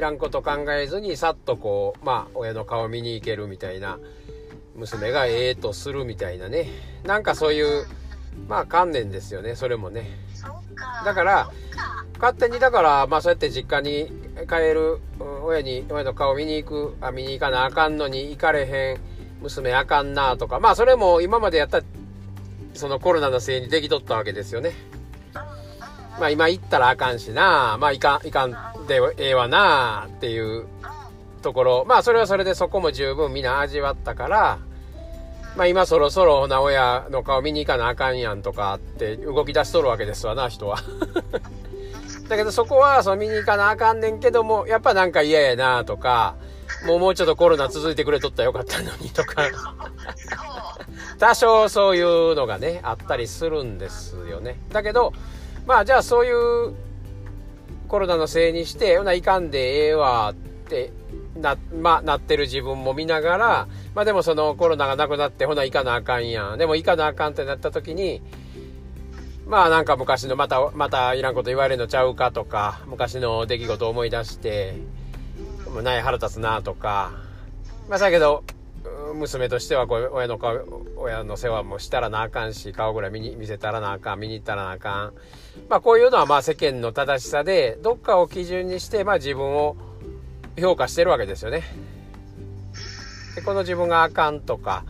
らんこと考えずにさっとこう親の顔見に行けるみたいな、娘がええとするみたいなね、なんかそういう観念ですよね、それもね。だから勝手にそうやって実家に帰る親の顔見に行かなあかんのに行かれへん娘あかんなとか、それも今までやったそのコロナのせいにできとったわけですよね。今行ったらあかんしな、いかんでええわなっていうところ、それはそれでそこも十分みんな味わったから、今そろそろ親の顔見に行かなあかんやんとかって動き出しとるわけですわな、人は。だけどそこは見に行かなあかんねんけども、やっぱなんか嫌やなとか、もうちょっとコロナ続いてくれとったらよかったのにとか多少そういうのがねあったりするんですよね。だけどじゃあそういうコロナのせいにしていかんでええわってなってる自分も見ながら、でもそのコロナがなくなって行かなあかんやん、でも行かなあかんってなった時になんか昔のまたいらんこと言われるのちゃうかとか、昔の出来事を思い出してもう腹立つなとか、だけど娘としてはこう親の世話もしたらなあかんし、顔ぐらい見せたらなあかん、見に行ったらなあかん、こういうのは世間の正しさでどっかを基準にして自分を評価してるわけですよね。でこの自分があかんとか、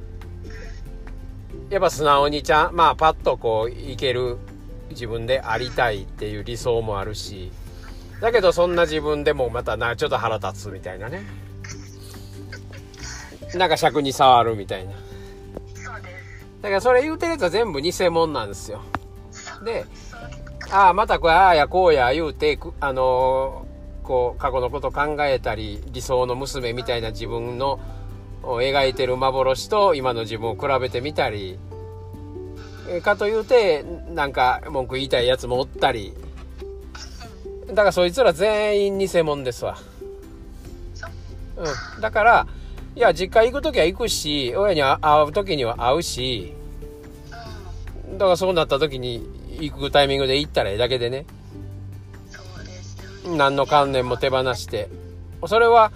やっぱ素直にパッとこういける自分でありたいっていう理想もあるし、だけどそんな自分でもまたちょっと腹立つみたいなね、なんか尺に触るみたいな。だからそれ言うてるやつは全部偽物なんですよ。でまたこれやこうや言うてこう過去のこと考えたり、理想の娘みたいな自分の描いてる幻と今の自分を比べてみたりかというて、なんか文句言いたいやつもおったり、だからそいつら全員偽物ですわ。だからいや実家行くときは行くし、親に会うときには会うし、だからそうなったときに行くタイミングで行ったらええだけでね、何の観念も手放して、それは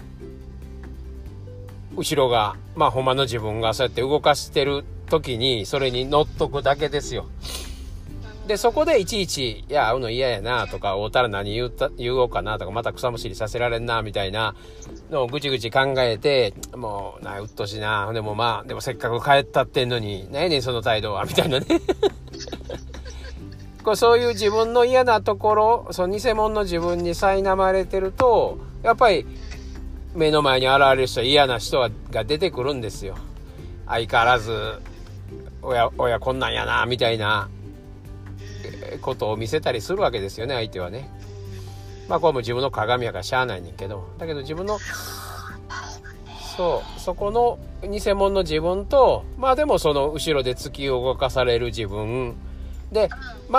後ろがほんまの自分がそうやって動かしてる時にそれに乗っとくだけですよ。でそこでいちいちいや会うの嫌やなとか、会うたら何言おうかなとか、また草むしりさせられんなみたいなのをぐちぐち考えて、もううっとしいな、でもでもせっかく帰ったってんのに何やねんその態度はみたいなねそういう自分の嫌なところ、その偽物の自分に苛まれてると、やっぱり目の前に現れる人は嫌な人が出てくるんですよ。相変わらず親こんなんやなみたいなことを見せたりするわけですよね、相手はね。これも自分の鏡やからしゃあないねんけど、だけど自分のそこの偽物の自分とでもその後ろで突き動かされる自分で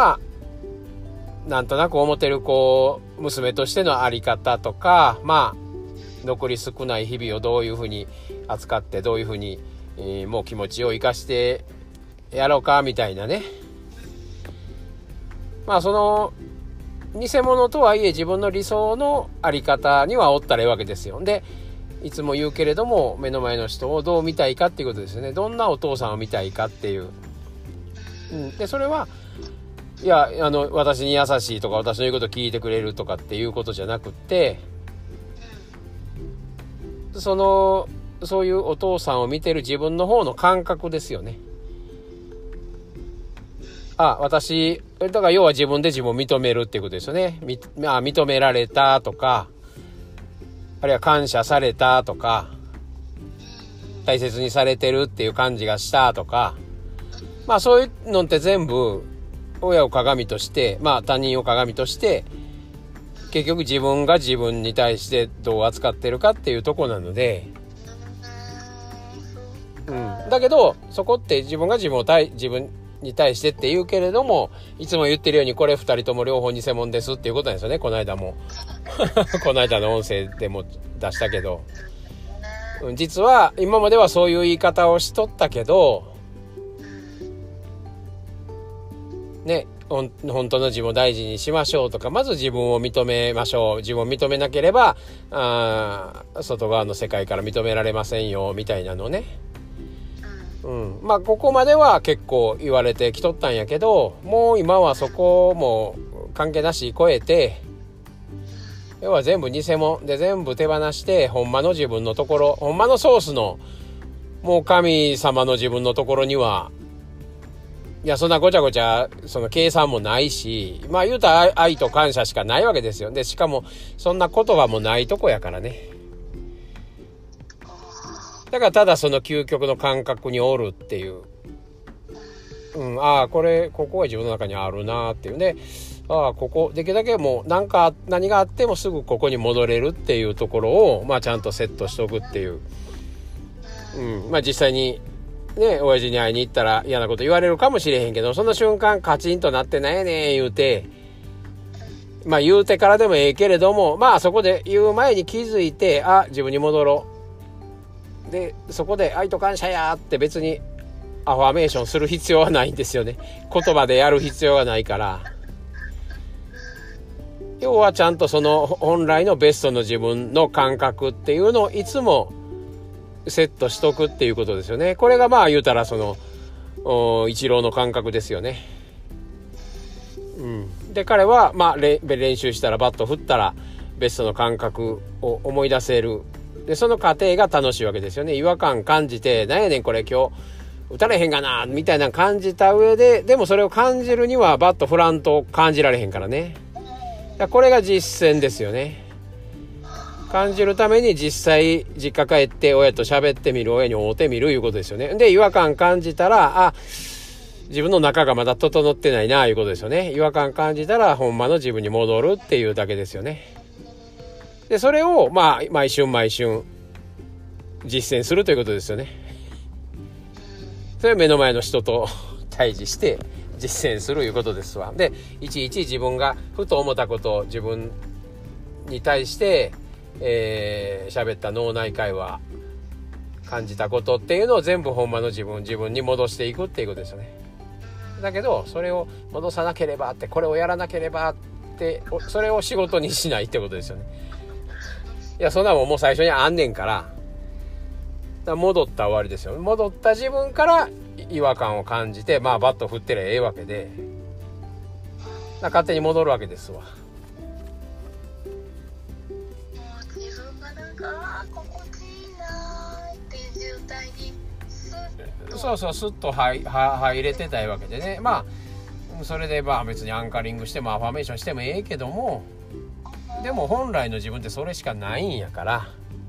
なんとなく思ってる娘としてのあり方とか、残り少ない日々をどういうふうに扱って、どういうふうに、もう気持ちを生かしてやろうかみたいなね。その偽物とはいえ自分の理想のあり方にはおったらいいわけですよ。でいつも言うけれども、目の前の人をどう見たいかっていうことですよね。どんなお父さんを見たいかっていう、でそれはいや私に優しいとか、私の言うこと聞いてくれるとかっていうことじゃなくって、そういうお父さんを見てる自分の方の感覚ですよね。私だから要は自分で自分を認めるっていうことですよね。認められたとか、あるいは感謝されたとか、大切にされてるっていう感じがしたとか、そういうのって全部親を鏡として、他人を鏡として結局自分が自分に対してどう扱ってるかっていうとこなので、だけどそこって自分が自分に対してって言うけれども、いつも言ってるようにこれ2人とも両方偽物ですっていうことなんですよね。この間もこの間の音声でも出したけど、実は今まではそういう言い方をしとったけどね、 本当の自分を大事にしましょうとか、まず自分を認めましょう。自分を認めなければ外側の世界から認められませんよみたいなのね。まあここまでは結構言われてきとったんやけど、もう今はそこも関係なし超えて、要は全部偽物で全部手放して、ほんまの自分のところ、ほんまのソースのもう神様の自分のところには、いやそんなごちゃごちゃその計算もないし、まあ言うたら愛と感謝しかないわけですよ。でしかもそんな言葉もないとこやからね。だからただその究極の感覚におるっていう、ここが自分の中にあるなっていうね。ここできるだけもう何があってもすぐここに戻れるっていうところをまあちゃんとセットしておくっていう、まあ実際にね親父に会いに行ったら嫌なこと言われるかもしれへんけど、その瞬間カチンとなってなんやねん言うて、まあ言うてからでもええけれども、まあそこで言う前に気づいて、自分に戻ろうで、そこで愛と感謝やって別にアファメーションする必要はないんですよね。言葉でやる必要がないから。要はちゃんとその本来のベストの自分の感覚っていうのをいつもセットしとくっていうことですよね。これがまあ言うたらそのイチローの感覚ですよね。で彼はまあ練習したらバット振ったらベストの感覚を思い出せる。でその過程が楽しいわけですよね。違和感感じて、なんやねんこれ今日打たれへんがなみたいな感じた上で、でもそれを感じるにはバット振らんと感じられへんからね。これが実践ですよね。感じるために実際実家帰って親と喋ってみる、親に会うてみるいうことですよね。で違和感感じたら自分の中がまだ整ってないないうことですよね。違和感感じたらほんまの自分に戻るっていうだけですよね。でそれをまあ毎春実践するということですよね。それは目の前の人と対峙して実践するいうことですわ。でいちいち自分がふと思ったことを自分に対して喋った脳内会話、感じたことっていうのを全部ほんまの自分に戻していくっていうことですよね。だけどそれを戻さなければって、これをやらなければって、それを仕事にしないってことですよね。いやそんなもんもう最初にあんねんから、戻ったら終わりですよ。戻った自分から違和感を感じて、まあバット振ってりゃええわけで、勝手に戻るわけですわ。 自分がなんか心地いいなっていう状態にスッとスッと入れてたいわけでね。まあそれでまあ別にアンカリングしてもアファメーションしてもええけども、でも本来の自分ってそれしかないんやから、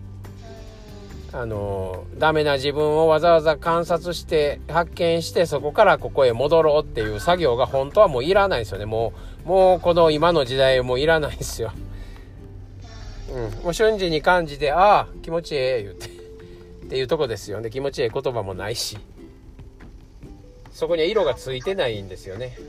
ダメな自分をわざわざ観察して発見して、そこからここへ戻ろうっていう作業が本当はもういらないですよね。もうこの今の時代もういらないですよ。もう瞬時に感じて気持ちええ言ってっていうとこですよね。気持ちええ言葉もないし、そこには色がついてないんですよね。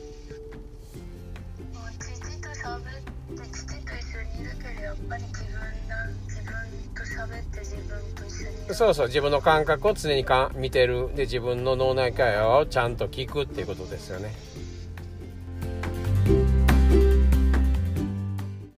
父と喋って父と一緒にいるけど、やっぱり自分と喋って自分と一緒にいる。 そう自分の感覚を常に見てる。で自分の脳内会話をちゃんと聞くっていうことですよね。